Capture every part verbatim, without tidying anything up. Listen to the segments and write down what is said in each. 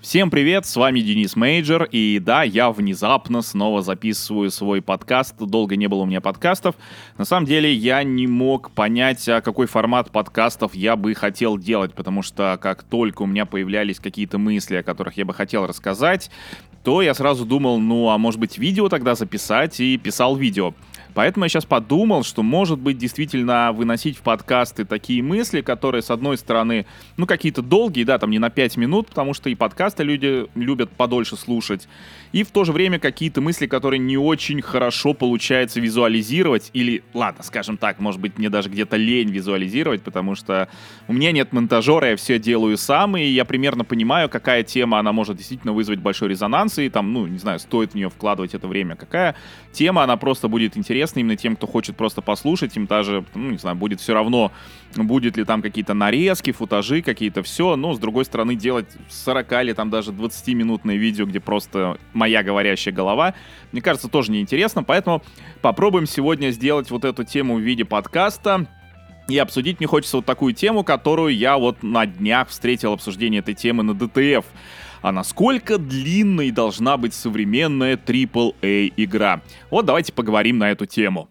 Всем привет, с вами Денис Мейджор, и да, я внезапно снова записываю свой подкаст, долго не было у меня подкастов. На самом деле я не мог понять, какой формат подкастов я бы хотел делать, потому что как только у меня появлялись какие-то мысли, о которых я бы хотел рассказать, то я сразу думал, ну а может быть видео тогда записать, и писал видео. Поэтому я сейчас подумал, что может быть действительно выносить в подкасты такие мысли, которые, с одной стороны, ну какие-то долгие, да, там не на пять минут, потому что и подкасты люди любят подольше слушать, и в то же время какие-то мысли, которые не очень хорошо получается визуализировать, или, ладно, скажем так, может быть, мне даже где-то лень визуализировать, потому что у меня нет монтажера, я все делаю сам, и я примерно понимаю, какая тема, она может действительно вызвать большой резонанс, и там, ну, не знаю, стоит в нее вкладывать это время, какая тема, она просто будет интересна именно тем, кто хочет просто послушать, им даже, ну, не знаю, будет все равно, будет ли там какие-то нарезки, футажи, какие-то все, но, с другой стороны, делать сорок или там даже двадцатиминутное видео, где просто моя говорящая голова, мне кажется, тоже неинтересно, поэтому попробуем сегодня сделать вот эту тему в виде подкаста. И обсудить мне хочется вот такую тему, которую я вот на днях встретил обсуждение этой темы на ди ти эф. А насколько длинной должна быть современная трипл эй игра? Вот давайте поговорим на эту тему.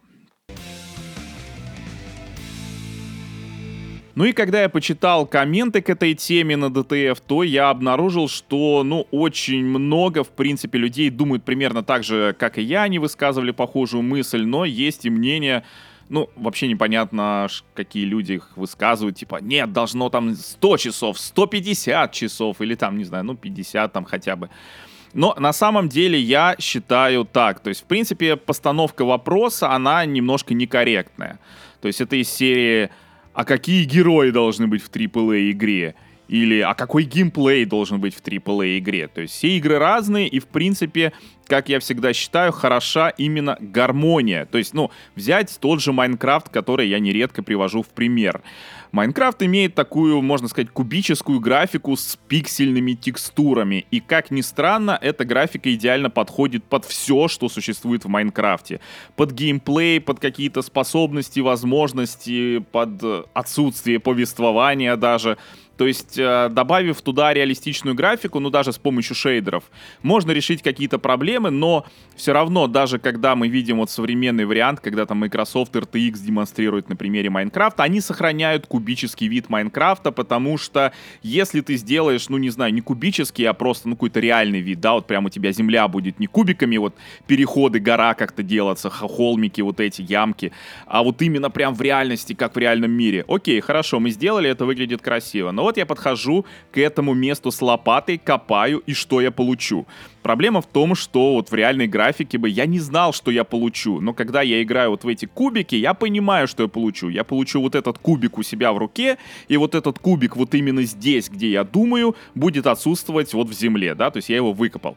Ну и когда я почитал комменты к этой теме на ди ти эф, то я обнаружил, что, ну, очень много, в принципе, людей думают примерно так же, как и я, они высказывали похожую мысль, но есть и мнение... Ну, вообще непонятно, какие люди их высказывают, типа, нет, должно там сто часов, сто пятьдесят часов, или там, не знаю, ну, пятьдесят там хотя бы. Но на самом деле я считаю так, то есть, в принципе, постановка вопроса, она немножко некорректная. То есть это из серии, а какие герои должны быть в трипл эй игре? Или а какой геймплей должен быть в трипл эй игре? То есть все игры разные, и в принципе, как я всегда считаю, хороша именно гармония. То есть, ну, взять тот же Майнкрафт, который я нередко привожу в пример. Майнкрафт имеет такую, можно сказать, кубическую графику с пиксельными текстурами. И, как ни странно, эта графика идеально подходит под все, что существует в Майнкрафте. Под геймплей, под какие-то способности, возможности, под отсутствие повествования даже. То есть, добавив туда реалистичную графику, ну даже с помощью шейдеров, можно решить какие-то проблемы, но все равно, даже когда мы видим вот современный вариант, когда там Microsoft эр ти экс демонстрирует на примере Майнкрафта, они сохраняют кубический вид Майнкрафта, потому что если ты сделаешь, ну не знаю, не кубический, а просто, ну, какой-то реальный вид, да, вот прям у тебя земля будет не кубиками, вот переходы, гора как-то делаться, холмики, вот эти ямки, а вот именно прям в реальности, как в реальном мире. Окей, хорошо, мы сделали, это выглядит красиво, но вот я подхожу к этому месту с лопатой, копаю, и что я получу? Проблема в том, что вот в реальной графике бы я не знал, что я получу, но когда я играю вот в эти кубики, я понимаю, что я получу. Я получу вот этот кубик у себя в руке, и вот этот кубик вот именно здесь, где я думаю, будет отсутствовать вот в земле, да, то есть я его выкопал.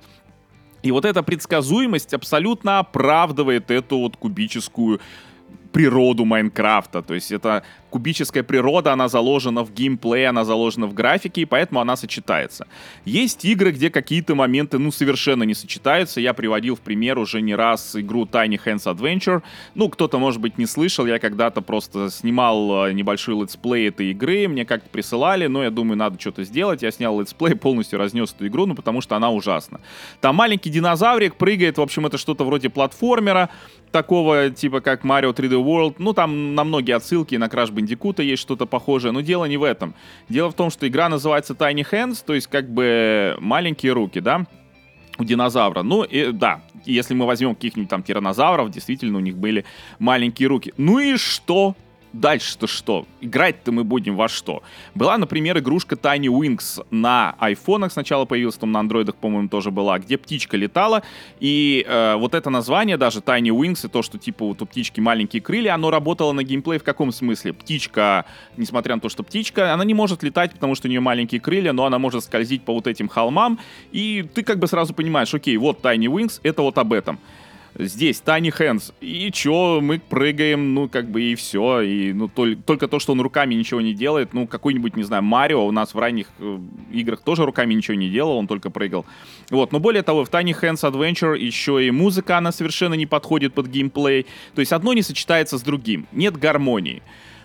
И вот эта предсказуемость абсолютно оправдывает эту вот кубическую природу Майнкрафта, то есть это кубическая природа, она заложена в геймплее, она заложена в графике, и поэтому она сочетается. Есть игры, где какие-то моменты, ну, совершенно не сочетаются. Я приводил в пример уже не раз игру Tiny Hands Adventure. Ну, кто-то, может быть, не слышал, я когда-то просто снимал небольшой летсплей этой игры, мне как-то присылали, но я думаю, надо что-то сделать. Я снял летсплей, полностью разнес эту игру, ну, потому что она ужасна. Там маленький динозаврик прыгает, в общем, это что-то вроде платформера, такого, типа, как Mario три дэ World. Ну, там на многие отсылки, на Crash Bandicoot есть что-то похожее, но дело не в этом. Дело в том, что игра называется Tiny Hands, то есть как бы маленькие руки, да, у динозавра. Ну, и, да, если мы возьмем каких-нибудь там тираннозавров, действительно у них были маленькие руки. Ну и что? Дальше-то что? Играть-то мы будем во что? Была, например, игрушка Tiny Wings на айфонах, сначала появилась, там на андроидах, по-моему, тоже была, где птичка летала, и э, вот это название, даже Tiny Wings, и то, что типа вот у птички маленькие крылья, оно работало на геймплей в каком смысле? Птичка, несмотря на то, что птичка, она не может летать, потому что у нее маленькие крылья, но она может скользить по вот этим холмам, и ты как бы сразу понимаешь, окей, вот Tiny Wings, это вот об этом. Здесь Tiny Hands, и чё, мы прыгаем, ну, как бы, и все, и, ну, то, только то, что он руками ничего не делает, ну, какой-нибудь, не знаю, Марио у нас в ранних э, играх тоже руками ничего не делал, он только прыгал. Вот, но более того, в Tiny Hands Adventure еще и музыка, она совершенно не подходит под геймплей, то есть одно не сочетается с другим, нет гармонии.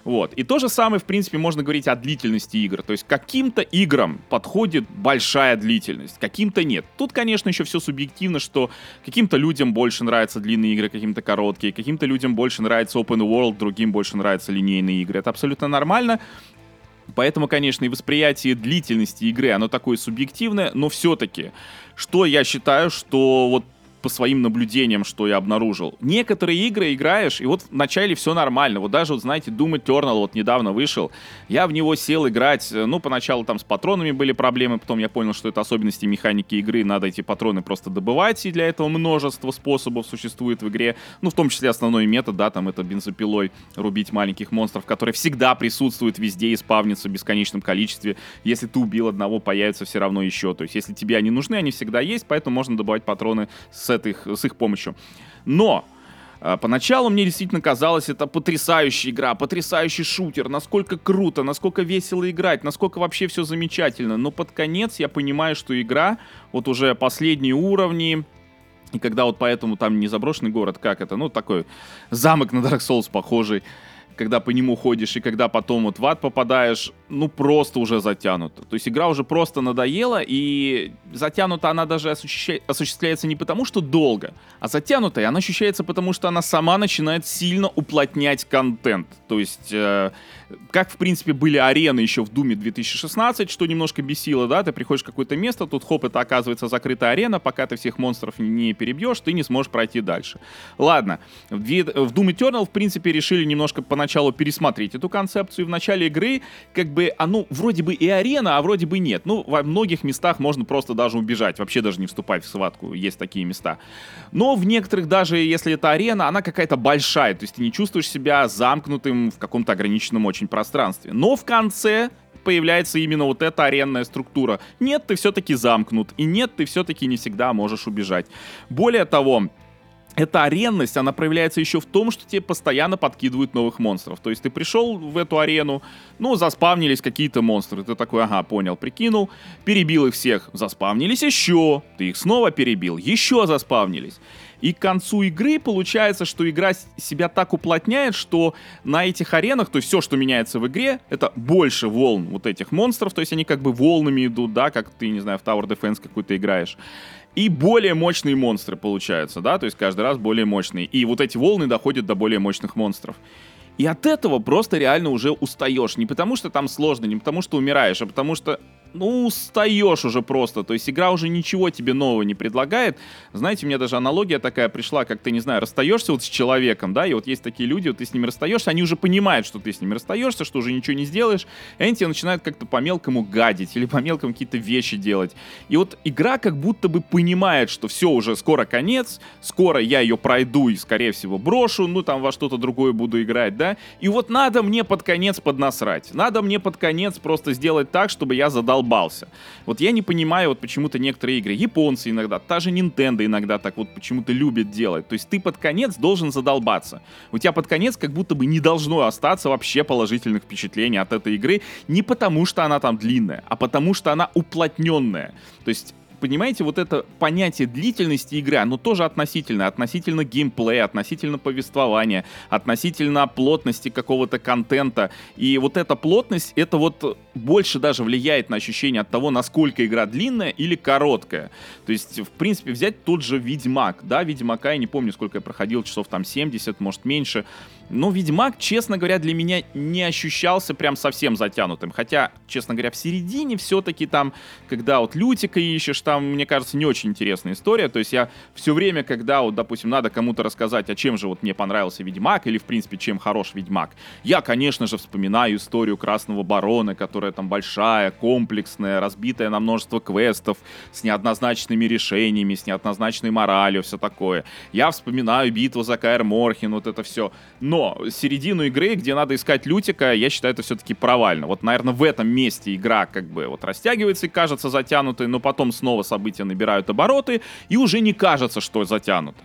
Вот. И то же самое, в принципе, можно говорить о длительности игр. То есть каким-то играм подходит большая длительность, каким-то нет. Тут, конечно, еще все субъективно, что каким-то людям больше нравятся длинные игры, каким-то короткие, каким-то людям больше нравится open world, другим больше нравятся линейные игры. Это абсолютно нормально. Поэтому, конечно, и восприятие длительности игры, оно такое субъективное, но все-таки, что я считаю, что вот по своим наблюдениям, что я обнаружил. Некоторые игры играешь, и вот вначале все нормально. Вот даже, вот, знаете, Doom Eternal вот недавно вышел. Я в него сел играть. Ну, поначалу там с патронами были проблемы, потом я понял, что это особенности механики игры. Надо эти патроны просто добывать, и для этого множество способов существует в игре. Ну, в том числе основной метод, да, там это бензопилой рубить маленьких монстров, которые всегда присутствуют везде и спавнятся в бесконечном количестве. Если ты убил одного, появится все равно еще. То есть, если тебе они нужны, они всегда есть, поэтому можно добывать патроны с С, их, с их помощью. Но э, поначалу мне действительно казалось, это потрясающая игра, потрясающий шутер, насколько круто, насколько весело играть, насколько вообще все замечательно. Но под конец я понимаю, что игра, вот уже последние уровни, и когда вот поэтому там не заброшенный город, как это, ну такой замок на Dark Souls похожий, когда по нему ходишь, и когда потом вот в ад попадаешь, ну просто уже затянуто. То есть игра уже просто надоела, и затянута она даже осуществля... осуществляется не потому, что долго, а затянутая она ощущается потому, что она сама начинает сильно уплотнять контент. То есть, э, как в принципе были арены еще в Doom две тысячи шестнадцать, что немножко бесило, да, ты приходишь в какое-то место, тут хоп, это оказывается закрытая арена, пока ты всех монстров не перебьешь, ты не сможешь пройти дальше. Ладно, в, в Doom Eternal в принципе решили немножко поначалу Начало пересмотреть эту концепцию. В начале игры как бы оно вроде бы и арена, а вроде бы нет. Ну, во многих местах можно просто даже убежать, вообще даже не вступать в схватку. Есть такие места. Но в некоторых, даже если это арена, она какая-то большая. То есть ты не чувствуешь себя замкнутым в каком-то ограниченном очень пространстве. Но в конце появляется именно вот эта аренная структура. Нет, ты все-таки замкнут. И нет, ты все-таки не всегда можешь убежать. Более того, эта аренность, она проявляется еще в том, что тебе постоянно подкидывают новых монстров. То есть ты пришел в эту арену, ну, заспавнились какие-то монстры. Ты такой, ага, понял, прикинул, перебил их всех, заспавнились еще, ты их снова перебил, еще заспавнились. И к концу игры получается, что игра себя так уплотняет, что на этих аренах, то есть все, что меняется в игре, это больше волн вот этих монстров, то есть они как бы волнами идут, да, как ты, не знаю, в Tower Defense какой-то играешь. И более мощные монстры получаются, да, то есть каждый раз более мощные. И вот эти волны доходят до более мощных монстров. И от этого просто реально уже устаешь. Не потому что там сложно, не потому что умираешь, а потому что, ну, устаешь уже просто. То есть игра уже ничего тебе нового не предлагает. Знаете, у меня даже аналогия такая пришла, как ты, не знаю, расстаешься вот с человеком, да, и вот есть такие люди, вот ты с ними расстаешься, они уже понимают, что ты с ними расстаешься, что уже ничего не сделаешь, и они тебе начинают как-то по-мелкому гадить или по-мелкому какие-то вещи делать. И вот игра как будто бы понимает, что все, уже скоро конец, скоро я ее пройду и, скорее всего, брошу, ну, там во что-то другое буду играть, да, и вот надо мне под конец поднасрать, надо мне под конец просто сделать так, чтобы я задолбался. Вот я не понимаю, вот почему-то некоторые игры, японцы иногда, та же Nintendo иногда так вот почему-то любят делать, то есть ты под конец должен задолбаться. У тебя под конец как будто бы не должно остаться вообще положительных впечатлений от этой игры, не потому что она там длинная, а потому что она уплотненная. То есть понимаете, вот это понятие длительности игры, оно тоже относительно, относительно геймплея, относительно повествования, относительно плотности какого-то контента. И вот эта плотность, это вот больше даже влияет на ощущение от того, насколько игра длинная или короткая. То есть, в принципе, взять тот же Ведьмак, да, Ведьмака, я не помню, сколько я проходил, часов там семьдесят, может меньше. Но Ведьмак, честно говоря, для меня не ощущался прям совсем затянутым. Хотя, честно говоря, в середине все-таки там, когда вот Лютика ищешь, там, мне кажется, не очень интересная история. То есть я все время, когда, вот, допустим, надо кому-то рассказать, а чем же вот мне понравился Ведьмак, или, в принципе, чем хорош Ведьмак, я, конечно же, вспоминаю историю Красного Барона, которая там большая, комплексная, разбитая на множество квестов, с неоднозначными решениями, с неоднозначной моралью, все такое. Я вспоминаю битву за Каэр Морхен, вот это все. Но середину игры, где надо искать Лютика, я считаю, это все-таки провально. Вот, наверное, в этом месте игра как бы вот растягивается и кажется затянутой, но потом снова события набирают обороты, и уже не кажется, что затянуто.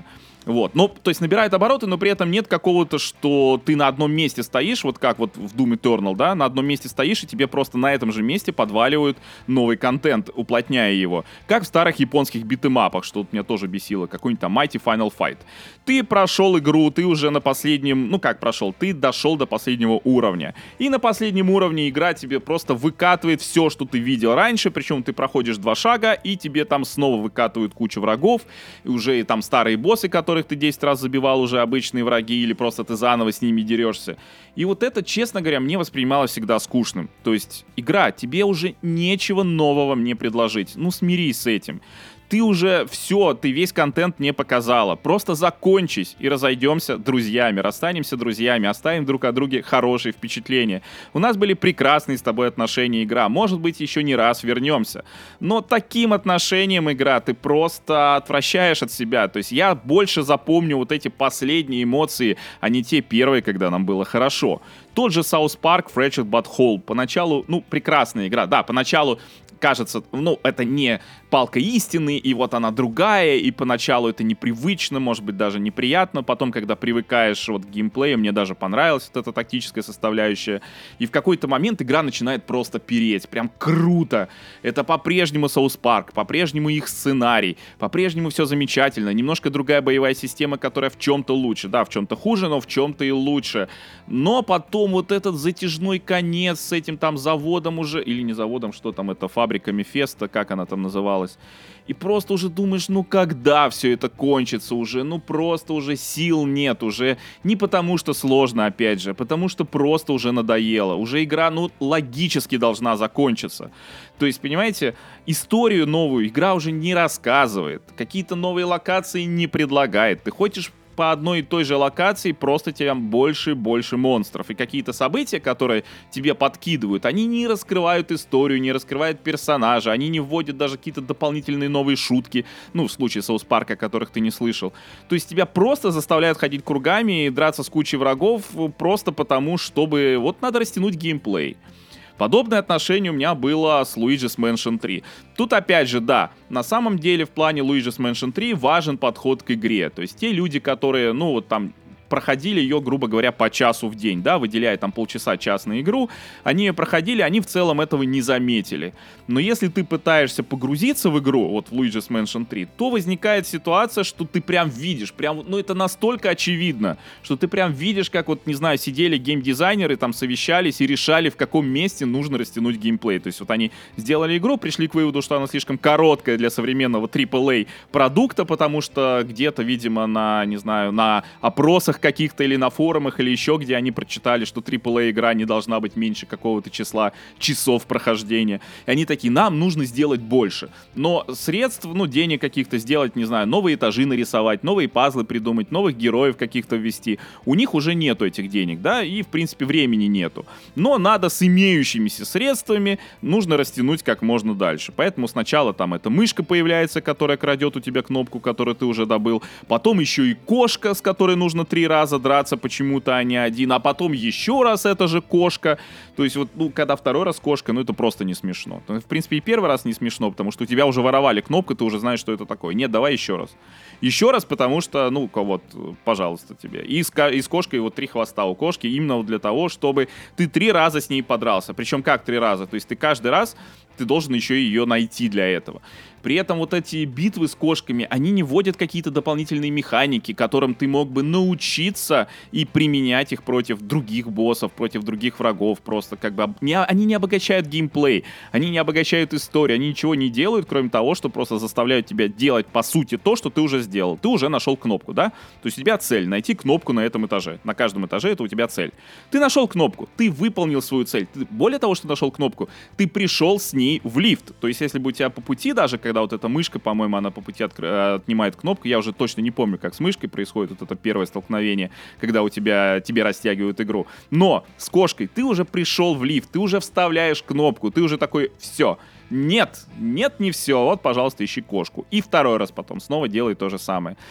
Вот, ну, то есть набирает обороты, но при этом нет какого-то, что ты на одном месте стоишь, вот как вот в Doom Eternal, да, на одном месте стоишь, и тебе просто на этом же месте подваливают новый контент, уплотняя его. Как в старых японских битэмапах, что вот меня тоже бесило, какой-нибудь там Mighty Final Fight. Ты прошел игру, ты уже на последнем, ну как прошел, ты дошел до последнего уровня. И на последнем уровне игра тебе просто выкатывает все, что ты видел раньше, причем ты проходишь два шага, и тебе там снова выкатывают кучу врагов, и уже и там старые боссы, которые которых ты десять раз забивал, уже обычные враги, или просто ты заново с ними дерешься. И вот это, честно говоря, мне воспринималось всегда скучным. То есть, игра, тебе уже нечего нового мне предложить. Ну, смирись с этим. Ты уже все, ты весь контент мне показала. Просто закончись и разойдемся друзьями, расстанемся друзьями, оставим друг о друге хорошие впечатления. У нас были прекрасные с тобой отношения, игра. Может быть, еще не раз вернемся. Но таким отношением, игра, ты просто отвращаешь от себя. То есть я больше запомню вот эти последние эмоции, а не те первые, когда нам было хорошо. Тот же South Park Fractured But Whole. Поначалу, ну, прекрасная игра. Да, поначалу кажется, ну, это не палка истины, и вот она другая, и поначалу это непривычно, может быть, даже неприятно. Потом, когда привыкаешь вот к геймплею, мне даже понравилась вот эта тактическая составляющая. И в какой-то момент игра начинает просто переть. Прям круто. Это по-прежнему South Park, по-прежнему их сценарий, по-прежнему все замечательно. Немножко другая боевая система, которая в чем-то лучше. Да, в чем-то хуже, но в чем-то и лучше. Но потом вот этот затяжной конец с этим там заводом уже, или не заводом, что там, это фабрика Мефеста, как она там называлась. И просто уже думаешь, ну когда все это кончится уже, ну просто уже сил нет, уже не потому что сложно, опять же, а потому что просто уже надоело. Уже игра, ну, логически должна закончиться. То есть, понимаете, историю новую игра уже не рассказывает, какие-то новые локации не предлагает. Ты хочешь по одной и той же локации просто тебе больше и больше монстров. И какие-то события, которые тебе подкидывают, они не раскрывают историю, не раскрывают персонажа, они не вводят даже какие-то дополнительные новые шутки, ну, в случае Саус Парка, которых ты не слышал. То есть тебя просто заставляют ходить кругами и драться с кучей врагов просто потому, чтобы вот надо растянуть геймплей. Подобное отношение у меня было с Luigi's Mansion три. Тут опять же, да, на самом деле в плане Luigi's Mansion три важен подход к игре. То есть те люди, которые, ну вот там, проходили ее, грубо говоря, по часу в день, да, выделяя там полчаса-час на игру, они ее проходили, они в целом этого не заметили. Но если ты пытаешься погрузиться в игру, вот в Luigi's Mansion три, то возникает ситуация, что ты прям видишь, прям, ну это настолько очевидно, что ты прям видишь, как вот, не знаю, сидели геймдизайнеры, там совещались и решали, в каком месте нужно растянуть геймплей. То есть вот они сделали игру, пришли к выводу, что она слишком короткая для современного трипл эй продукта, потому что где-то, видимо, на, не знаю, на опросах каких-то или на форумах, или еще где они прочитали, что трипл эй игра не должна быть меньше какого-то числа часов прохождения. И они такие, нам нужно сделать больше. Но средств, ну, денег каких-то сделать, не знаю, новые этажи нарисовать, новые пазлы придумать, новых героев каких-то ввести. У них уже нету этих денег, да, и, в принципе, времени нету. Но надо с имеющимися средствами, нужно растянуть как можно дальше. Поэтому сначала там эта мышка появляется, которая крадет у тебя кнопку, которую ты уже добыл. Потом еще и кошка, с которой нужно три раза драться почему-то, а не один. А потом еще раз эта же кошка. То есть вот, ну, когда второй раз кошка, ну, это просто не смешно. В принципе, и первый раз не смешно, потому что у тебя уже воровали кнопку, ты уже знаешь, что это такое. Нет, давай еще раз. Еще раз, потому что, ну, вот, пожалуйста, тебе. И с, и с кошкой вот три хвоста у кошки, именно вот для того, чтобы ты три раза с ней подрался. Причем как три раза? То есть ты каждый раз, ты должен еще ее найти для этого. При этом вот эти битвы с кошками, они не вводят какие-то дополнительные механики, которым ты мог бы научиться и применять их против других боссов, против других врагов. Просто как бы не, они не обогащают геймплей, они не обогащают историю, они ничего не делают, кроме того, что просто заставляют тебя делать по сути то, что ты уже сделал. Ты уже нашел кнопку, да? То есть у тебя цель — найти кнопку на этом этаже. На каждом этаже это у тебя цель. Ты нашел кнопку, ты выполнил свою цель. Ты, более того, что нашел кнопку, ты пришел с ней в лифт. То есть если бы у тебя по пути даже, когда вот эта мышка, по-моему, она по пути откр... отнимает кнопку, я уже точно не помню, как с мышкой происходит вот это первое столкновение, когда у тебя, тебе растягивают игру. Но с кошкой ты уже пришел в лифт, ты уже вставляешь кнопку, ты уже такой, все. Нет, нет, не все. Вот, пожалуйста, ищи кошку. И второй раз потом снова делай то же самое.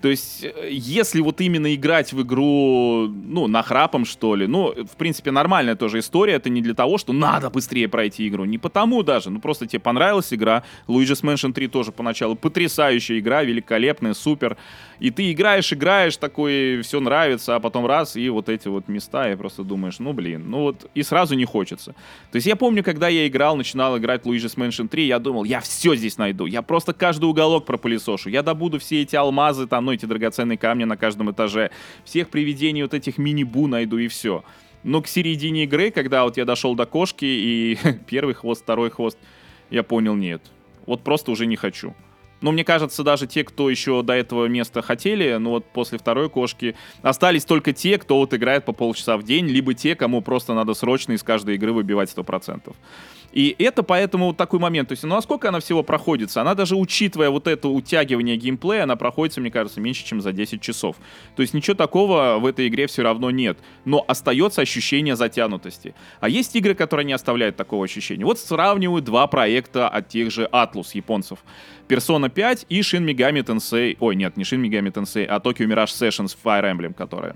То есть, если вот именно играть в игру, ну, нахрапом, что ли, ну, в принципе, нормальная тоже история, это не для того, что надо быстрее пройти игру, не потому даже, ну, просто тебе понравилась игра, Luigi's Mansion три тоже поначалу потрясающая игра, великолепная, супер, и ты играешь, играешь, такой, все нравится, а потом раз, и вот эти вот места, и просто думаешь, ну, блин, ну вот, и сразу не хочется. То есть я помню, когда я играл, начинал играть Luigi's Mansion три, я думал, я все здесь найду, я просто каждый уголок пропылесошу, я добуду все эти алмазы, там, ну, эти драгоценные камни на каждом этаже, всех привидений вот этих мини-бу найду и все. Но к середине игры, когда вот я дошел до кошки и первый хвост, второй хвост, я понял, нет, вот просто уже не хочу. Но мне кажется, даже те, кто еще до этого места хотели, ну вот после второй кошки, остались только те, кто вот играет по полчаса в день, либо те, кому просто надо срочно из каждой игры выбивать сто процентов. И это поэтому вот такой момент. То есть, ну а сколько она всего проходится? Она даже учитывая вот это утягивание геймплея, она проходится, мне кажется, меньше, чем за десять часов. То есть ничего такого в этой игре все равно нет. Но остается ощущение затянутости. А есть игры, которые не оставляют такого ощущения. Вот сравниваю два проекта от тех же Atlus японцев. Persona пять и Shin Megami Tensei... Ой, нет, не Shin Megami Tensei, а Tokyo Mirage Sessions Fire Emblem, которая.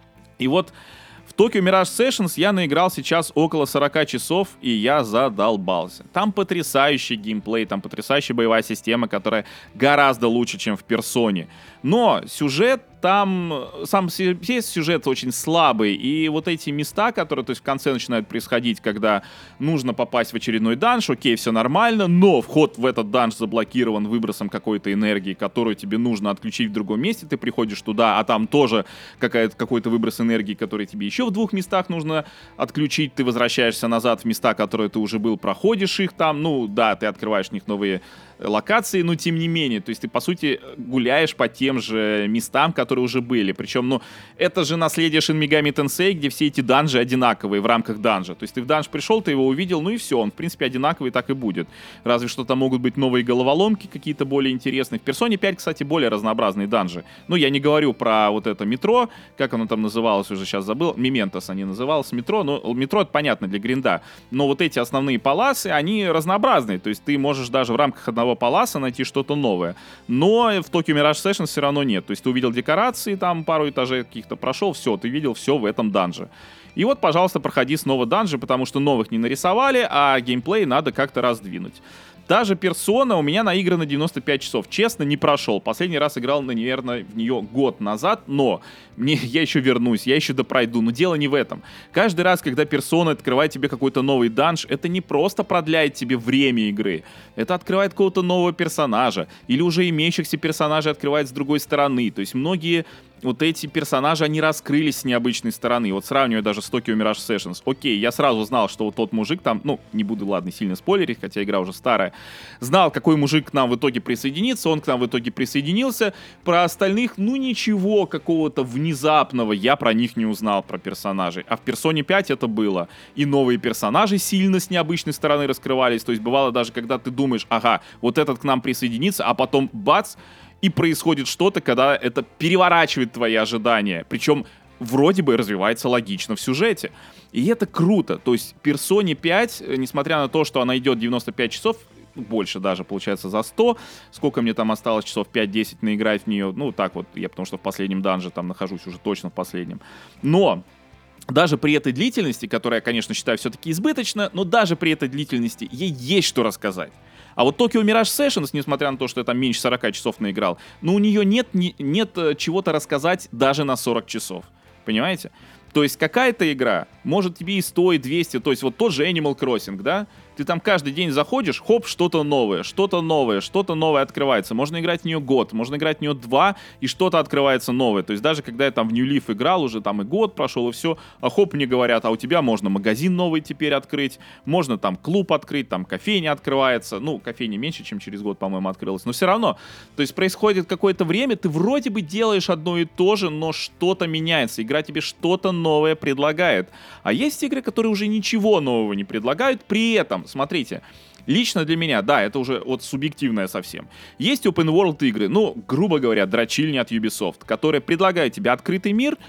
И вот в Tokyo Mirage Sessions я наиграл сейчас около сорок часов, и я задолбался. Там потрясающий геймплей, там потрясающая боевая система, которая гораздо лучше, чем в Персоне. Но сюжет там, сам весь сюжет очень слабый, и вот эти места, которые, то есть в конце начинают происходить, когда нужно попасть в очередной данж, окей, все нормально, но вход в этот данж заблокирован выбросом какой-то энергии, которую тебе нужно отключить в другом месте, ты приходишь туда, а там тоже какая-то, какой-то выброс энергии, который тебе еще в двух местах нужно отключить, ты возвращаешься назад в места, которые ты уже был, проходишь их там, ну да, ты открываешь в них новые локации, но тем не менее, то есть ты, по сути, гуляешь по тем же местам, которые уже были. Причем, ну, это же наследие Shin Megami Tensei, где все эти данжи одинаковые в рамках данжа. То есть ты в данж пришел, ты его увидел, ну и все, он, в принципе, одинаковый, так и будет. Разве что там могут быть новые головоломки какие-то более интересные. В Persona пять, кстати, более разнообразные данжи. Ну, я не говорю про вот это метро, как оно там называлось, уже сейчас забыл, Mementos они называлось, метро, ну, метро, это понятно, для гринда. Но вот эти основные паласы, они разнообразные, то есть ты можешь даже в рамках одного паласа найти что-то новое. Но в Tokyo Mirage Sessions все равно нет. То есть ты увидел декорации, там пару этажей каких-то прошел, все, ты видел все в этом данже. И вот, пожалуйста, проходи снова данжи, потому что новых не нарисовали, а геймплей надо как-то раздвинуть. Даже Persona у меня наиграна девяносто пять часов. Честно, не прошел. Последний раз играл, наверное, в нее год назад, но мне, я еще вернусь, я еще допройду. Но дело не в этом. Каждый раз, когда Persona открывает тебе какой-то новый данж, это не просто продляет тебе время игры. Это открывает какого-то нового персонажа. Или уже имеющихся персонажей открывает с другой стороны. То есть многие вот эти персонажи, они раскрылись с необычной стороны. Вот сравниваю даже с Tokyo Mirage Sessions. Окей, я сразу знал, что вот тот мужик там, ну, не буду, ладно, сильно спойлерить, хотя игра уже старая, знал, какой мужик к нам в итоге присоединится, он к нам в итоге присоединился. Про остальных, ну, ничего какого-то внезапного я про них не узнал, про персонажей. А в Persona пять это было. И новые персонажи сильно с необычной стороны раскрывались. То есть бывало даже, когда ты думаешь, ага, вот этот к нам присоединится, а потом бац, и происходит что-то, когда это переворачивает твои ожидания. Причем вроде бы развивается логично в сюжете. И это круто. То есть Persona пять, несмотря на то, что она идет девяносто пять часов, больше даже, получается, за сто. Сколько мне там осталось? Часов пять-десять наиграть в нее. Ну, так вот, я потому что в последнем данже там нахожусь уже точно в последнем. Но даже при этой длительности, которая я, конечно, считаю все-таки избыточно, но даже при этой длительности ей есть что рассказать. А вот Tokyo Mirage Sessions, несмотря на то, что я там меньше сорок часов наиграл, но у нее нет, не, нет чего-то рассказать даже на сорок часов. Понимаете? То есть какая-то игра может тебе и сто, и двести, то есть вот тот же Animal Crossing, да? Ты там каждый день заходишь, хоп, что-то новое, что-то новое, что-то новое открывается. Можно играть в нее год, можно играть в нее два, и что-то открывается новое. То есть даже когда я там в New Leaf играл, уже там и год прошел, и все, а хоп, мне говорят, а у тебя можно магазин новый теперь открыть, можно там клуб открыть, там кофейня открывается. Ну, кофейня меньше, чем через год, по-моему, открылась, но все равно. То есть происходит какое-то время, ты вроде бы делаешь одно и то же, но что-то меняется, игра тебе что-то новое предлагает. А есть игры, которые уже ничего нового не предлагают, при этом, смотрите, лично для меня, да, это уже вот субъективное совсем. Есть open world игры, ну, грубо говоря, дрочильни от Ubisoft, которые предлагают тебе открытый мир,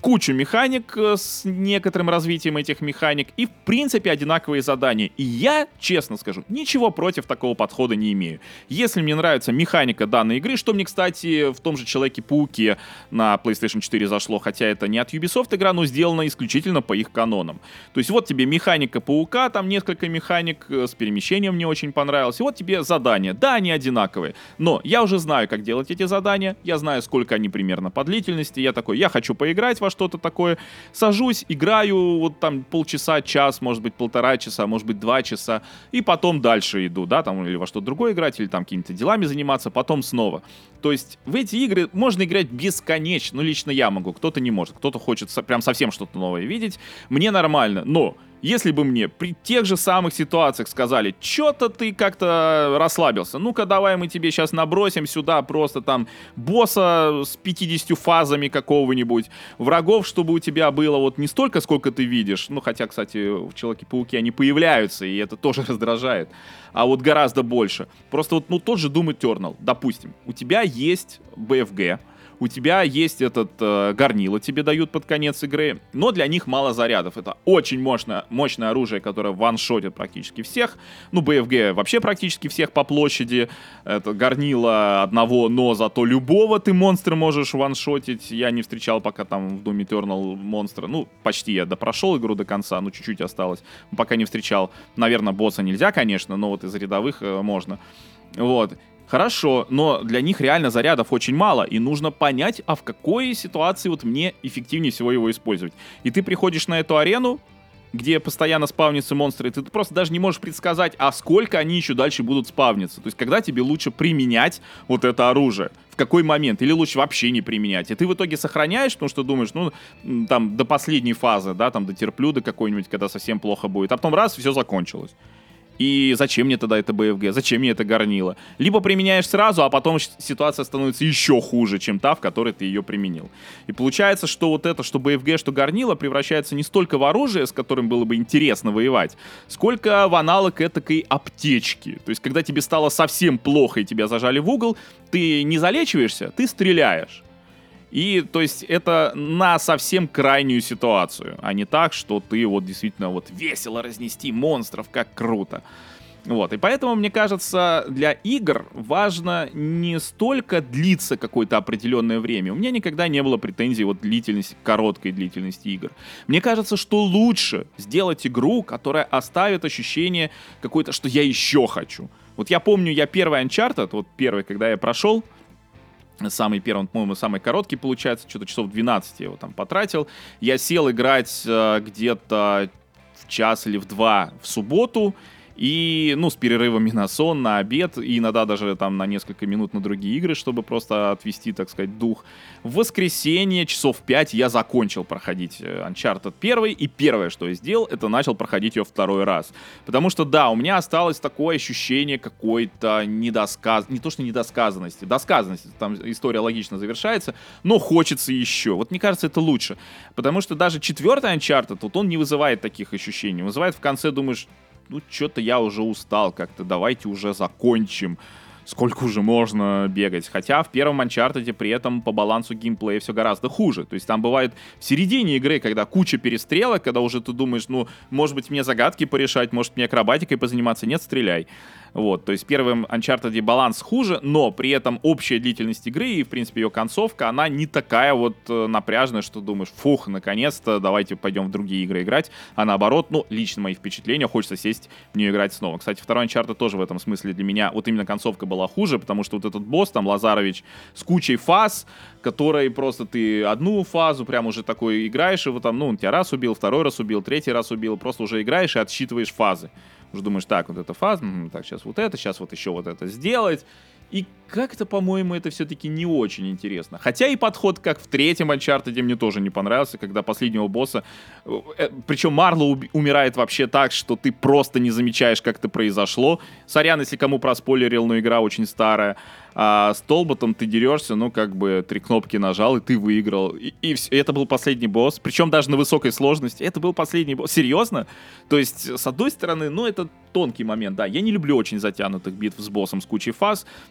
кучу механик с некоторым развитием этих механик и, в принципе, одинаковые задания. И я, честно скажу, ничего против такого подхода не имею. Если мне нравится механика данной игры, что мне, кстати, в том же Человеке-пауке на PlayStation четыре зашло, хотя это не от Ubisoft игра, но сделана исключительно по их канонам. То есть вот тебе механика Паука, там несколько механик с перемещением мне очень понравилось, и вот тебе задания. Да, они одинаковые, но я уже знаю, как делать эти задания, я знаю, сколько они примерно по длительности, я такой, я хочу поиграть во что-то такое, сажусь, играю вот там полчаса, час, может быть полтора часа, может быть два часа, и потом дальше иду, да, там или во что-то другое играть, или там какими-то делами заниматься, потом снова. То есть в эти игры можно играть бесконечно, ну лично я могу, кто-то не может, кто-то хочет со- прям совсем что-то новое видеть, мне нормально, но если бы мне при тех же самых ситуациях сказали, чё-то ты как-то расслабился, ну-ка давай мы тебе сейчас набросим сюда просто там босса с пятьюдесятью фазами какого-нибудь, врагов, чтобы у тебя было вот не столько, сколько ты видишь, ну хотя, кстати, в Человеке-пауке они появляются, и это тоже раздражает, а вот гораздо больше. Просто вот, ну тот же Doom Eternal, допустим, у тебя есть би эф джи, у тебя есть этот э, горнило, тебе дают под конец игры, но для них мало зарядов. Это очень мощное, мощное оружие, которое ваншотит практически всех. Ну, би эф джи вообще практически всех по площади. Это горнило одного, но зато любого ты монстра можешь ваншотить. Я не встречал пока там в Doom Eternal монстра. Ну, почти я допрошел игру до конца, ну, чуть-чуть осталось. Пока не встречал. Наверное, босса нельзя, конечно, но вот из рядовых э, можно. Вот. Хорошо, но для них реально зарядов очень мало, и нужно понять, а в какой ситуации вот мне эффективнее всего его использовать. И ты приходишь на эту арену, где постоянно спавнятся монстры, и ты просто даже не можешь предсказать, а сколько они еще дальше будут спавниться. То есть когда тебе лучше применять вот это оружие, в какой момент, или лучше вообще не применять. И ты в итоге сохраняешь, потому что думаешь, ну, там, до последней фазы, да, там, дотерплю до какой-нибудь, когда совсем плохо будет, а потом раз, все закончилось. И зачем мне тогда это би эф джи? Зачем мне это горнило? Либо применяешь сразу, а потом ситуация становится еще хуже, чем та, в которой ты ее применил. И получается, что вот это, что би эф джи, что горнило, превращается не столько в оружие, с которым было бы интересно воевать, сколько в аналог этакой аптечки. То есть, когда тебе стало совсем плохо и тебя зажали в угол, ты не залечиваешься, ты стреляешь. И, то есть, это на совсем крайнюю ситуацию, а не так, что ты вот действительно вот весело разнести монстров, как круто. Вот, и поэтому, мне кажется, для игр важно не столько длиться какое-то определенное время. У меня никогда не было претензий вот длительности, короткой длительности игр. Мне кажется, что лучше сделать игру, которая оставит ощущение какое-то, что я еще хочу. Вот я помню, я первый Uncharted, вот первый, когда я прошел, самый первый, по-моему, самый короткий, получается, что-то часов двенадцать я его там потратил. Я сел играть э, где-то в час или в два в субботу, и, ну, с перерывами на сон, на обед, и иногда даже там на несколько минут на другие игры, чтобы просто отвести, так сказать, дух. В воскресенье часов в пять я закончил проходить Uncharted один, и первое, что я сделал, это начал проходить ее второй раз. Потому что, да, у меня осталось такое ощущение какой-то недосказ... не то что недосказанности, досказанности, там история логично завершается, но хочется еще. Вот мне кажется, это лучше. Потому что даже четвертый Uncharted, вот он не вызывает таких ощущений. Вызывает в конце, думаешь, ну, что-то я уже устал как-то, давайте уже закончим. Сколько уже можно бегать. Хотя в первом Uncharted при этом по балансу геймплея все гораздо хуже. То есть там бывает в середине игры, когда куча перестрелок, когда уже ты думаешь, ну, может быть, мне загадки порешать, может, мне акробатикой позаниматься. Нет, стреляй. Вот, то есть в первом Uncharted баланс хуже, но при этом общая длительность игры и, в принципе, ее концовка, она не такая вот э, напряженная, что думаешь, фух, наконец-то, давайте пойдем в другие игры играть. А наоборот, ну, лично мои впечатления, хочется сесть в нее играть снова. Кстати, второй Uncharted тоже в этом смысле для меня, вот именно концовка была хуже, потому что вот этот босс, там, Лазарович, с кучей фаз, которой просто ты одну фазу прям уже такой играешь, и вот там, ну, он тебя раз убил, второй раз убил, третий раз убил, просто уже играешь и отсчитываешь фазы. Уже думаешь, так, вот эта фаза, так, сейчас вот это, сейчас вот еще вот это сделать. И как-то, по-моему, это все-таки не очень интересно. Хотя и подход, как в третьем Uncharted, мне тоже не понравился, когда последнего босса... Э, причем Марло уби- умирает вообще так, что ты просто не замечаешь, как это произошло. Сорян, если кому проспойлерил, но игра очень старая. А с Толботом ты дерешься, ну, как бы, три кнопки нажал, и ты выиграл. И, и, все. И это был последний босс. Причем даже на высокой сложности. Это был последний босс. Серьезно? То есть, с одной стороны, ну, это тонкий момент, да. Я не люблю очень затянутых битв с боссом с кучей фаз, но и не люблю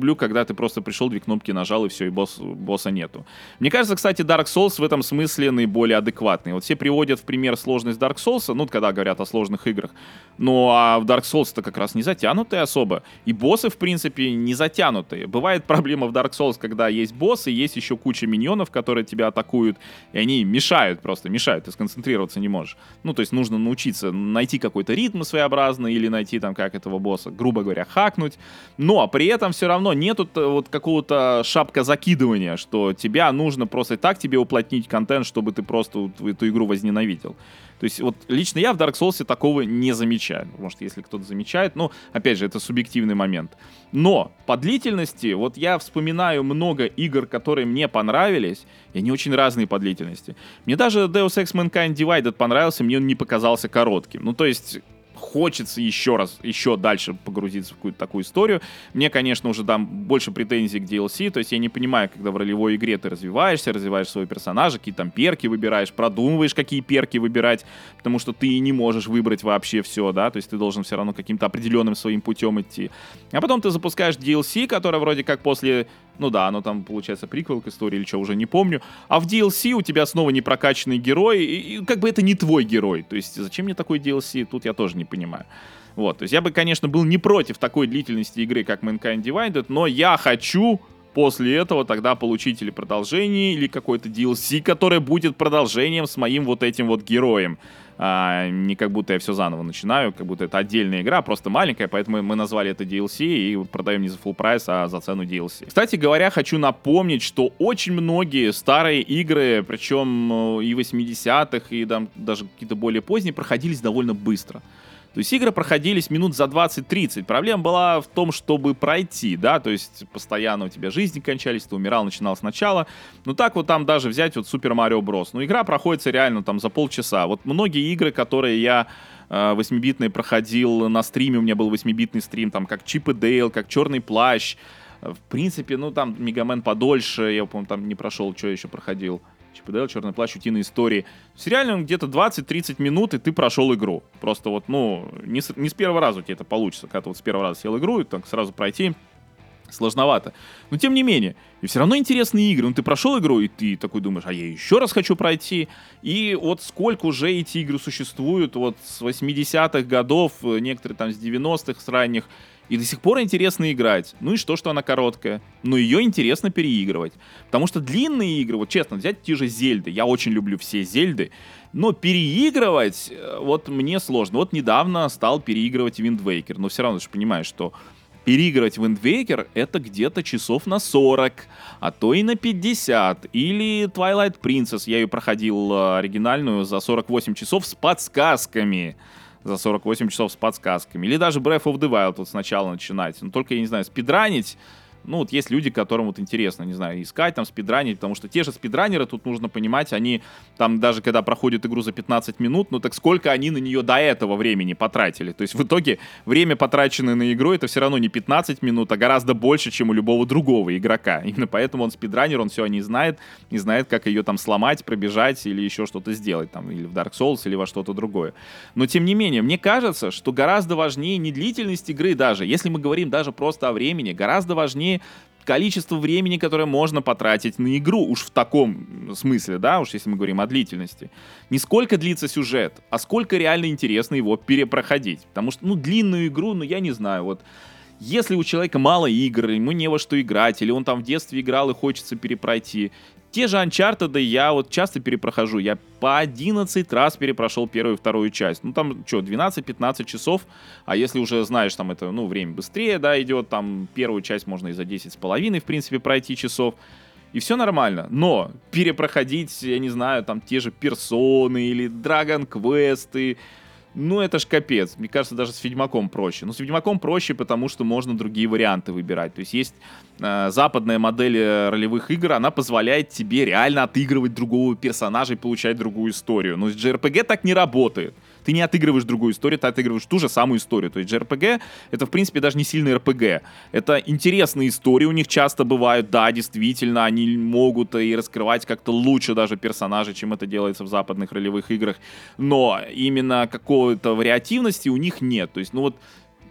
люблю, когда ты просто пришел, две кнопки нажал, и все, и босс, босса нету. Мне кажется, кстати, Dark Souls в этом смысле наиболее адекватный. Вот все приводят в пример сложность Dark Souls, ну, когда говорят о сложных играх. Ну, а в Dark Souls-то как раз не затянутые особо. И боссы, в принципе, не затянутые. Бывает проблема в Dark Souls, когда есть боссы, есть еще куча миньонов, которые тебя атакуют, и они мешают просто, мешают, ты сконцентрироваться не можешь. Ну, то есть нужно научиться найти какой-то ритм своеобразный или найти там, как этого босса, грубо говоря, хакнуть. Но при этом все равно нету вот какого-то шапка закидывания, что тебя нужно просто и так тебе уплотнить контент, чтобы ты просто эту игру возненавидел. То есть вот лично я в Dark Souls такого не замечаю. Может, если кто-то замечает, но, опять же, это субъективный момент. Но по длительности, вот я вспоминаю много игр, которые мне понравились, и они очень разные по длительности. Мне даже Deus Ex Mankind Divided понравился, мне он не показался коротким. Ну, то есть... Хочется еще раз, еще дальше погрузиться в какую-то такую историю. Мне, конечно, уже там больше претензий к ди эл си, то есть я не понимаю, когда в ролевой игре ты развиваешься, развиваешь своего персонажа, какие там перки выбираешь, продумываешь, какие перки выбирать, потому что ты не можешь выбрать вообще все, да, то есть ты должен все равно каким-то определенным своим путем идти. А потом ты запускаешь ди эл си, которое вроде как после... Ну да, оно там, получается, приквел к истории или что, уже не помню. А в ди эл си у тебя снова непрокачанный герой, и, и как бы это не твой герой. То есть зачем мне такой ди эл си, тут я тоже не понимаю. Вот, то есть я бы, конечно, был не против такой длительности игры, как Mankind Divided, но я хочу после этого тогда получить или продолжение, или какой-то ди эл си, который будет продолжением с моим вот этим вот героем. А, не как будто я все заново начинаю, как будто это отдельная игра, просто маленькая, поэтому мы назвали это ди эл си и продаем не за full прайс, а за цену ди эл си. Кстати говоря, хочу напомнить, что очень многие старые игры, причем и восьмидесятых, и там, даже какие-то более поздние, проходились довольно быстро. То есть игры проходились минут за двадцать-тридцать. Проблема была в том, чтобы пройти, да, то есть постоянно у тебя жизни кончались, ты умирал, начинал сначала. Ну так вот там даже взять вот Super Mario Bros. Ну игра проходится реально там за полчаса. Вот многие игры, которые я э, восьмибитные проходил на стриме, у меня был восьмибитный стрим, там как Чип и Дейл, как Черный плащ. В принципе, ну там Мегамен подольше, я, по-моему, там не прошел, что я еще проходил. Чип и Дейл, Черный плащ, Утиные истории. Сериально где-то двадцать-тридцать минут, и ты прошел игру. Просто вот, ну, не с, не с первого раза у тебя это получится. Когда ты вот с первого раза сел игру, и так сразу пройти сложновато. Но тем не менее, и все равно интересные игры. Ну, ты прошел игру, и ты такой думаешь, а я еще раз хочу пройти. И вот сколько уже эти игры существуют, вот с восьмидесятых годов, некоторые там с девяностых, с ранних. И до сих пор интересно играть. Ну и что, что она короткая? Но ее интересно переигрывать. Потому что длинные игры, вот честно, взять те же Зельды. Я очень люблю все Зельды. Но переигрывать, вот мне сложно. Вот недавно стал переигрывать Wind Waker. Но все равно ты же понимаешь, что переигрывать Wind Waker это где-то часов на сорок, а то и на пятьдесят. Или Twilight Princess. Я ее проходил оригинальную за сорок восемь часов с подсказками. За сорок восемь часов с подсказками. Или даже Breath of the Wild вот сначала начинать. Но только, я не знаю, спидранить. Ну, вот есть люди, которым вот интересно, не знаю, искать там, спидранить, потому что те же спидранеры, тут нужно понимать, они там даже когда проходят игру за пятнадцать минут, ну так сколько они на нее до этого времени потратили? То есть в итоге время, потраченное на игру, это все равно не пятнадцать минут, а гораздо больше, чем у любого другого игрока. Именно поэтому он спидранер, он все о ней знает, не знает, как ее там сломать, пробежать или еще что-то сделать, там, или в Dark Souls, или во что-то другое. Но тем не менее, мне кажется, что гораздо важнее не длительность игры даже, если мы говорим даже просто о времени, гораздо важнее количество времени, которое можно потратить на игру, уж в таком смысле, да, уж если мы говорим о длительности. Не сколько длится сюжет, а сколько реально интересно его перепроходить. Потому что, ну, длинную игру, ну, я не знаю, вот, если у человека мало игр, ему не во что играть, или он там в детстве играл и хочется перепройти. Те же Uncharted я вот часто перепрохожу. Я по одиннадцать раз перепрошел первую и вторую часть. Ну, там, что, двенадцать-пятнадцать часов. А если уже знаешь, там, это, ну, время быстрее, да, идет. Там, первую часть можно и за десять с половиной, в принципе, пройти часов. И все нормально. Но перепроходить, я не знаю, там, те же персоны или Dragon Quest, ну, это ж капец. Мне кажется, даже с Ведьмаком проще. Ну, с Ведьмаком проще, потому что можно другие варианты выбирать. То есть есть э, западная модель ролевых игр, она позволяет тебе реально отыгрывать другого персонажа и получать другую историю. Но с джей ар пи джи так не работает. Ты не отыгрываешь другую историю, ты отыгрываешь ту же самую историю. То есть джей ар пи джи это, в принципе, даже не сильный эр пи джи. Это интересные истории у них часто бывают. Да, действительно, они могут и раскрывать как-то лучше даже персонажей, чем это делается в западных ролевых играх. Но именно какой-то вариативности у них нет. То есть, ну вот,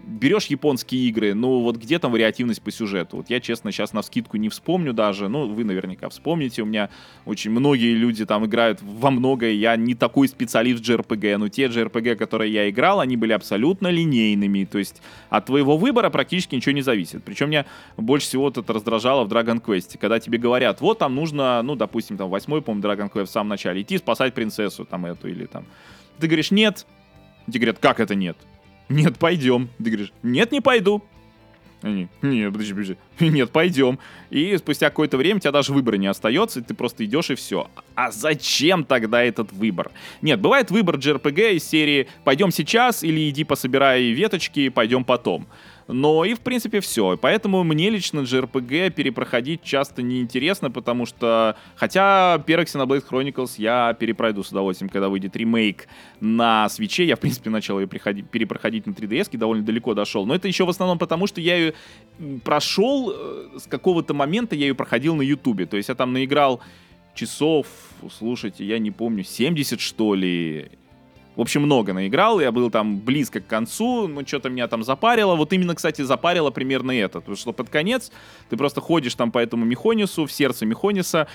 берешь японские игры, ну вот где там вариативность по сюжету? Вот я, честно, сейчас навскидку не вспомню даже, ну вы наверняка вспомните, у меня очень многие люди там играют во многое, я не такой специалист в джей ар пи джи, но те джей ар пи джи, которые я играл, они были абсолютно линейными, то есть от твоего выбора практически ничего не зависит. Причем меня больше всего вот это раздражало в Dragon Quest, когда тебе говорят, вот там нужно, ну допустим, там восьмой, по-моему, Dragon Quest в самом начале, идти спасать принцессу там эту или там. Ты говоришь, нет. Тебе говорят, как это нет? Нет, пойдем. Ты говоришь, нет, не пойду. Они, нет, подожди, подожди. Нет, пойдем. И спустя какое-то время у тебя даже выбора не остается, и ты просто идешь и все. А зачем тогда этот выбор? Нет, бывает выбор джей ар пи джи из серии «пойдем сейчас» или «иди пособирай веточки, пойдем потом». Но и в принципе все. Поэтому мне лично джей ар пи джи перепроходить часто неинтересно, потому что, хотя первый Xenoblade Chronicles я перепройду с удовольствием, когда выйдет ремейк на свитче. Я в принципе начал ее перепроходить на три ди эс, довольно далеко дошел. Но это еще в основном потому, что я ее прошел с какого-то момента, я ее проходил на ютубе. То есть я там наиграл часов, слушайте, я не помню, семьдесят что ли. В общем, много наиграл, я был там близко к концу, но что-то меня там запарило. Вот именно, кстати, запарило примерно это. Потому что под конец ты просто ходишь там по этому Мехонису, в сердце Мехониса,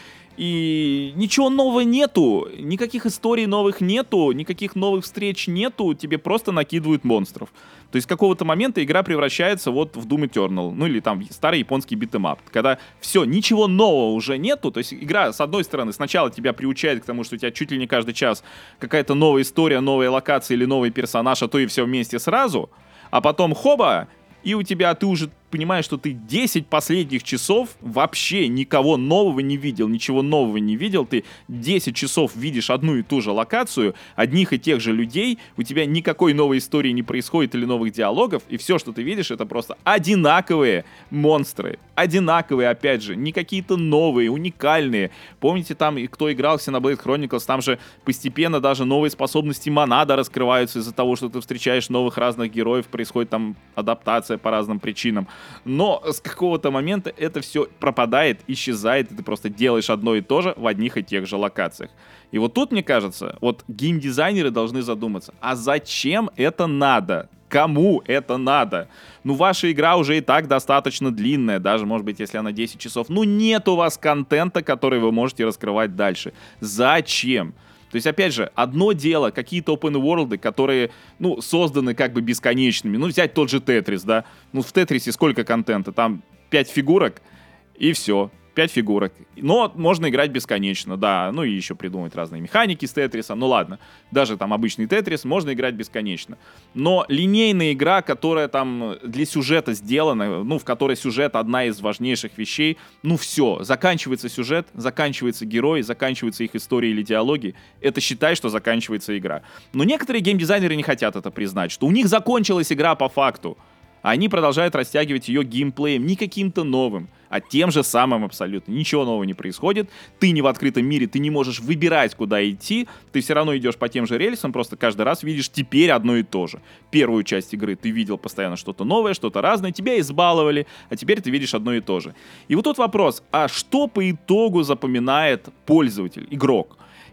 и ничего нового нету, никаких историй новых нету, никаких новых встреч нету, тебе просто накидывают монстров. То есть с какого-то момента игра превращается вот в Doom Eternal, ну или там старый японский битэмап, когда все, ничего нового уже нету, то есть игра, с одной стороны, сначала тебя приучает к тому, что у тебя чуть ли не каждый час какая-то новая история, новая локация или новый персонаж, а то и все вместе сразу, а потом хоба, и у тебя, ты уже понимаешь, что ты десять последних часов вообще никого нового не видел, ничего нового не видел, ты десять часов видишь одну и ту же локацию, одних и тех же людей, у тебя никакой новой истории не происходит или новых диалогов, и все, что ты видишь, это просто одинаковые монстры, одинаковые, опять же, не какие-то новые, уникальные. Помните там, кто играл в Xenoblade Chronicles, там же постепенно даже новые способности Монада раскрываются из-за того, что ты встречаешь новых разных героев, происходит там адаптация по разным причинам. Но с какого-то момента это все пропадает, исчезает, и ты просто делаешь одно и то же в одних и тех же локациях. И вот тут, мне кажется, вот геймдизайнеры должны задуматься, а зачем это надо? Кому это надо? Ну, ваша игра уже и так достаточно длинная, даже, может быть, если она десять часов. Ну, нет у вас контента, который вы можете раскрывать дальше. Зачем? То есть, опять же, одно дело, какие-то open-world, которые, ну, созданы как бы бесконечными. Ну, взять тот же Тетрис, да? Ну, в Тетрисе сколько контента? Там пять фигурок, и все. пять фигурок. Но можно играть бесконечно, да. Ну, и еще придумать разные механики с Тетриса. Ну, ладно. Даже там обычный Тетрис можно играть бесконечно. Но линейная игра, которая там для сюжета сделана, ну, в которой сюжет одна из важнейших вещей, ну, все. Заканчивается сюжет, заканчивается герой, заканчиваются их истории или диалоги. Это считай, что заканчивается игра. Но некоторые геймдизайнеры не хотят это признать, что у них закончилась игра по факту. А они продолжают растягивать ее геймплеем, не каким-то новым, а тем же самым абсолютно. Ничего нового не происходит, ты не в открытом мире, ты не можешь выбирать, куда идти, ты все равно идешь по тем же рельсам, просто каждый раз видишь теперь одно и то же. Первую часть игры ты видел постоянно что-то новое, что-то разное, тебя избаловали, а теперь ты видишь одно и то же. И вот тут вопрос, а что по итогу запоминает пользователь, игрок?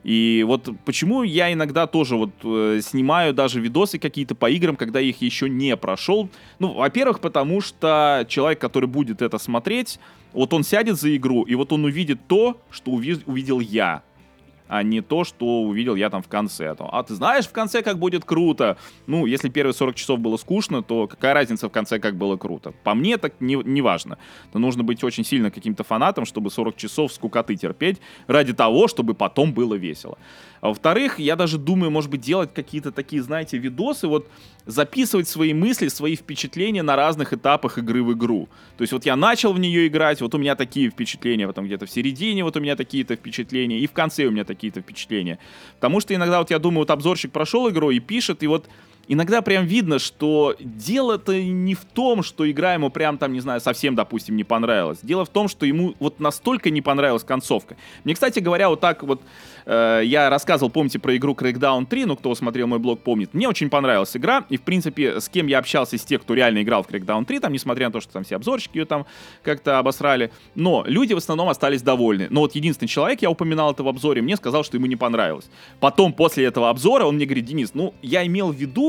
И вот почему я иногда тоже вот э, снимаю даже видосы какие-то по играм, когда их еще не прошел. Ну, во-первых, потому что человек, который будет это смотреть, вот он сядет за игру, и вот он увидит то, что уви- увидел я, а не то, что увидел я там в конце. А ты знаешь в конце, как будет круто? Ну, если первые сорок часов было скучно, то какая разница в конце, как было круто? По мне, так не, не важно. Но нужно быть очень сильно каким-то фанатом, чтобы сорок часов скукоты терпеть, ради того, чтобы потом было весело. А во-вторых, я даже думаю, может быть, делать какие-то такие, знаете, видосы, вот записывать свои мысли, свои впечатления на разных этапах игры в игру. То есть вот я начал в нее играть, вот у меня такие впечатления, потом где-то в середине вот у меня такие-то впечатления, и в конце у меня такие-то впечатления. Потому что иногда вот я думаю, вот обзорщик прошел игру и пишет, и вот иногда прям видно, что дело-то не в том, что игра ему прям там, не знаю, совсем, допустим, не понравилась. Дело в том, что ему вот настолько не понравилась концовка. Мне, кстати говоря, вот так вот э, я рассказывал, помните, про игру Crackdown три, ну, кто смотрел мой блог, помнит. Мне очень понравилась игра, и, в принципе, с кем я общался из тех, кто реально играл в Crackdown три, там, несмотря на то, что там все обзорщики ее там как-то обосрали, но люди в основном остались довольны. Но вот единственный человек, я упоминал это в обзоре, мне сказал, что ему не понравилось. Потом, после этого обзора, он мне говорит: Денис, ну, я имел в виду,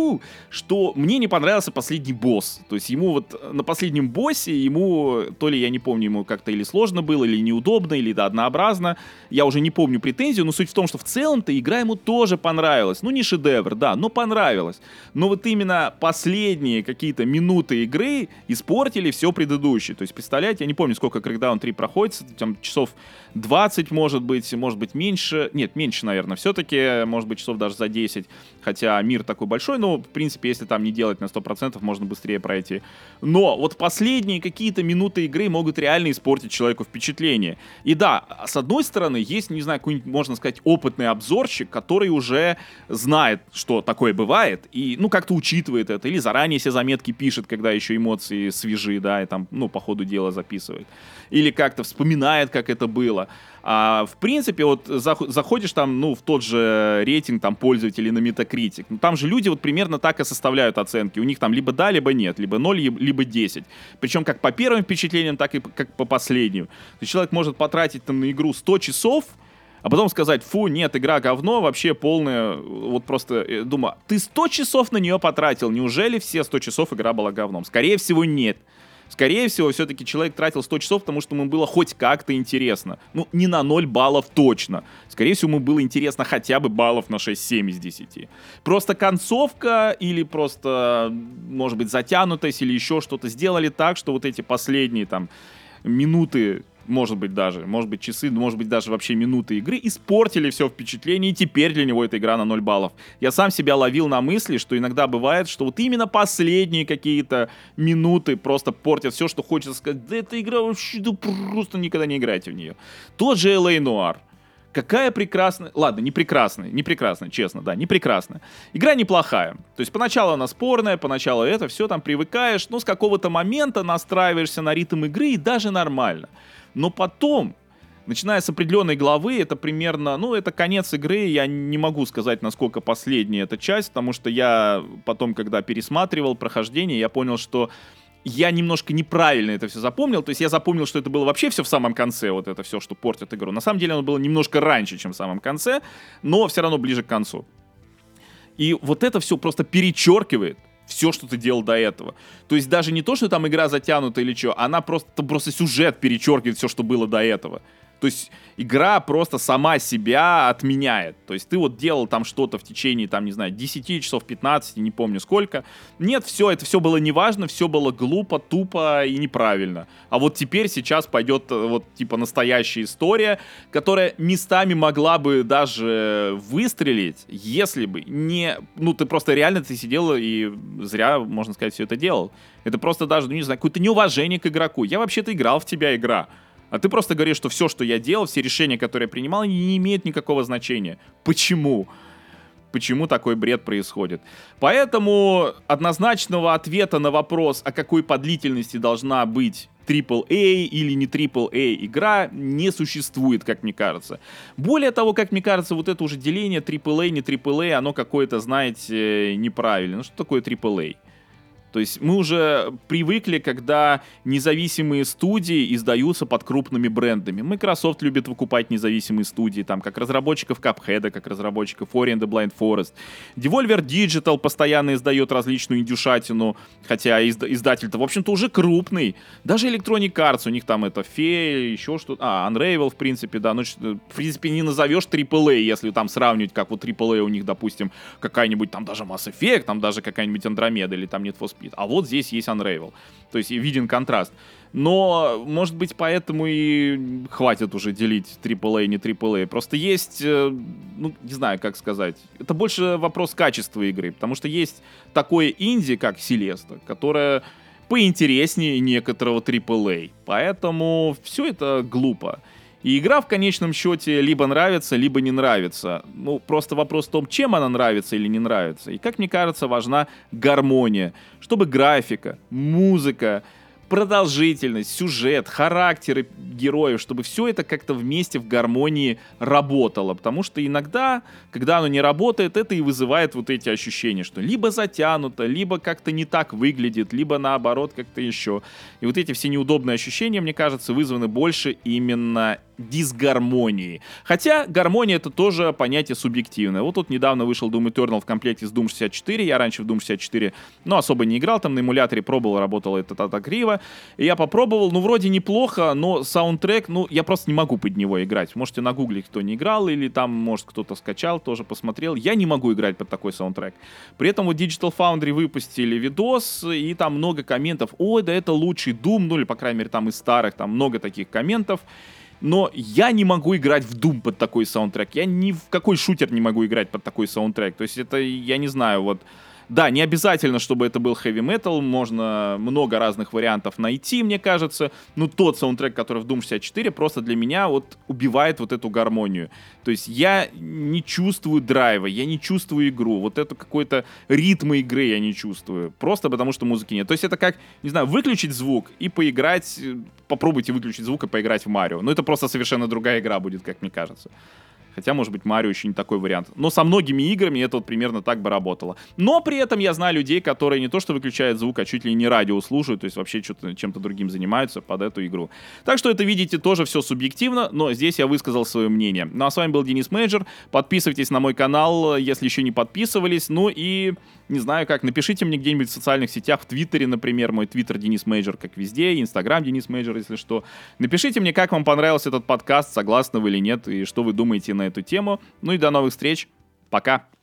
скажу, что мне не понравился последний босс. То есть ему вот на последнем боссе, ему, то ли я не помню, ему как-то или сложно было, или неудобно, или да, однообразно. Я уже не помню претензию, но суть в том, что в целом-то игра ему тоже понравилась. Ну, не шедевр, да, но понравилась. Но вот именно последние какие-то минуты игры испортили все предыдущее. То есть, представляете, я не помню, сколько Crackdown три проходит, там часов двадцать, может быть, может быть меньше. Нет, меньше, наверное, все-таки, может быть, часов даже за десять. Хотя мир такой большой, но, в принципе, если там не делать на сто процентов, можно быстрее пройти. Но вот последние какие-то минуты игры могут реально испортить человеку впечатление. И да, с одной стороны, есть, не знаю, какой-нибудь, можно сказать, опытный обзорщик, который уже знает, что такое бывает, и, ну, как-то учитывает это, или заранее себе заметки пишет, когда еще эмоции свежи, да, и там, ну, по ходу дела записывает. Или как-то вспоминает, как это было. А, в принципе, вот заходишь там, ну, в тот же рейтинг там пользователей на Metacritic, ну, там же люди вот примерно так и составляют оценки. У них там либо да, либо нет, либо ноль, либо десять. Причем как по первым впечатлениям, так и как по последним. То есть человек может потратить там на игру сто часов, а потом сказать: фу, нет, игра говно, вообще полная, вот просто, думаю, ты сто часов на нее потратил, неужели все сто часов игра была говном? Скорее всего, нет. Скорее всего, все-таки человек тратил сто часов, потому что ему было хоть как-то интересно. Ну, не на ноль баллов точно. Скорее всего, ему было интересно хотя бы баллов на шесть-семь из десяти. Просто концовка или просто, может быть, затянутость или еще что-то сделали так, что вот эти последние там минуты, может быть даже, может быть часы, может быть даже вообще минуты игры испортили все впечатление, и теперь для него эта игра на ноль баллов. Я сам себя ловил на мысли, что иногда бывает, что вот именно последние какие-то минуты просто портят все, что хочется сказать: да эта игра вообще, да просто никогда не играйте в нее. Тот же эл эй Noire. Какая прекрасная... Ладно, не прекрасная, не прекрасная, честно, да, не прекрасная. Игра неплохая. То есть поначалу она спорная, поначалу это, все там привыкаешь, но с какого-то момента настраиваешься на ритм игры, и даже нормально. Но потом, начиная с определенной главы, это примерно, ну, это конец игры, я не могу сказать, насколько последняя эта часть, потому что я потом, когда пересматривал прохождение, я понял, что я немножко неправильно это все запомнил. То есть я запомнил, что это было вообще все в самом конце, вот это все, что портит игру. На самом деле оно было немножко раньше, чем в самом конце, но все равно ближе к концу. И вот это все просто перечеркивает все, что ты делал до этого. То есть даже не то, что там игра затянута или что, она просто, просто сюжет перечеркивает все, что было до этого. То есть игра просто сама себя отменяет. То есть ты вот делал там что-то в течение, там, не знаю, десять часов, пятнадцать, не помню сколько. Нет, все, это все было неважно, все было глупо, тупо и неправильно. А вот теперь, сейчас пойдет вот типа настоящая история, которая местами могла бы даже выстрелить, если бы не... Ну, ты просто реально ты сидел и зря, можно сказать, все это делал. Это просто даже, ну, не знаю, какое-то неуважение к игроку. Я вообще-то играл в тебя, игра. А ты просто говоришь, что все, что я делал, все решения, которые я принимал, не имеют никакого значения. Почему? Почему такой бред происходит? Поэтому однозначного ответа на вопрос, о какой по длительности должна быть трипл эй или не трипл эй игра, не существует, как мне кажется. Более того, как мне кажется, вот это уже деление трипл эй, не трипл эй, оно какое-то, знаете, неправильное. Ну что такое трипл эй? То есть мы уже привыкли, когда независимые студии издаются под крупными брендами. Microsoft любит выкупать независимые студии, там, как разработчиков Cuphead, как разработчиков Ori and the Blind Forest. Devolver Digital постоянно издает различную индюшатину, хотя изда- издатель-то, в общем-то, уже крупный. Даже Electronic Arts, у них там это Фея, еще что-то. А, Unravel, в принципе, да. Ну, в принципе, не назовешь трипл эй, если там сравнивать, как вот трипл эй у них, допустим, какая-нибудь там даже Mass Effect, там даже какая-нибудь Andromeda или там Need for Speed. А вот здесь есть Unravel. То есть виден контраст. Но, может быть, поэтому и хватит уже делить трипл эй, не трипл эй. Просто есть, ну, не знаю, как сказать. Это больше вопрос качества игры. Потому что есть такое инди, как Celeste, которое поинтереснее некоторого трипл эй. Поэтому все это глупо. И игра в конечном счете либо нравится, либо не нравится. Ну, просто вопрос в том, чем она нравится или не нравится. И, как мне кажется, важна гармония. Чтобы графика, музыка, продолжительность, сюжет, характеры героев, чтобы все это как-то вместе в гармонии работало, потому что иногда, когда оно не работает, это и вызывает вот эти ощущения, что либо затянуто, либо как-то не так выглядит, либо наоборот как-то еще. И вот эти все неудобные ощущения, мне кажется, вызваны больше именно дисгармонией. Хотя гармония — это тоже понятие субъективное. Вот тут недавно вышел Doom Eternal в комплекте с Doom шестьдесят четыре. Я раньше в Doom шестьдесят четыре, ну, особо не играл, там на эмуляторе пробовал, работало это так криво. И я попробовал, ну, вроде неплохо, но саундтрек, ну, я просто не могу под него играть. Можете нагуглить, кто не играл, или там, может, кто-то скачал, тоже посмотрел. Я не могу играть под такой саундтрек. При этом вот Digital Foundry выпустили видос, и там много комментов. Ой, да это лучший Doom, ну, или, по крайней мере, там из старых, там много таких комментов. Но я не могу играть в Doom под такой саундтрек. Я ни в какой шутер не могу играть под такой саундтрек. То есть это, я не знаю, вот... Да, не обязательно, чтобы это был heavy metal, можно много разных вариантов найти, мне кажется, но тот саундтрек, который в Doom шестьдесят четыре, просто для меня вот убивает вот эту гармонию. То есть я не чувствую драйва, я не чувствую игру, вот это какой-то ритм игры я не чувствую, просто потому что музыки нет. То есть это как, не знаю, выключить звук и поиграть, попробуйте выключить звук и поиграть в Марио. Но это просто совершенно другая игра будет, как мне кажется. Хотя, может быть, Марио еще не такой вариант. Но со многими играми это вот примерно так бы работало. Но при этом я знаю людей, которые не то что выключают звук, а чуть ли не радио слушают, то есть вообще что-то, чем-то другим занимаются под эту игру. Так что это, видите, тоже все субъективно, но здесь я высказал свое мнение. Ну а с вами был Денис Мейджор. Подписывайтесь на мой канал, если еще не подписывались. Ну и, не знаю как, напишите мне где-нибудь в социальных сетях, в Твиттере, например, мой Твиттер Денис Мейджор, как везде, Инстаграм Денис Мейджор, если что. Напишите мне, как вам понравился этот подкаст, согласны вы или нет, и что вы думаете на эту тему. Ну и до новых встреч. Пока.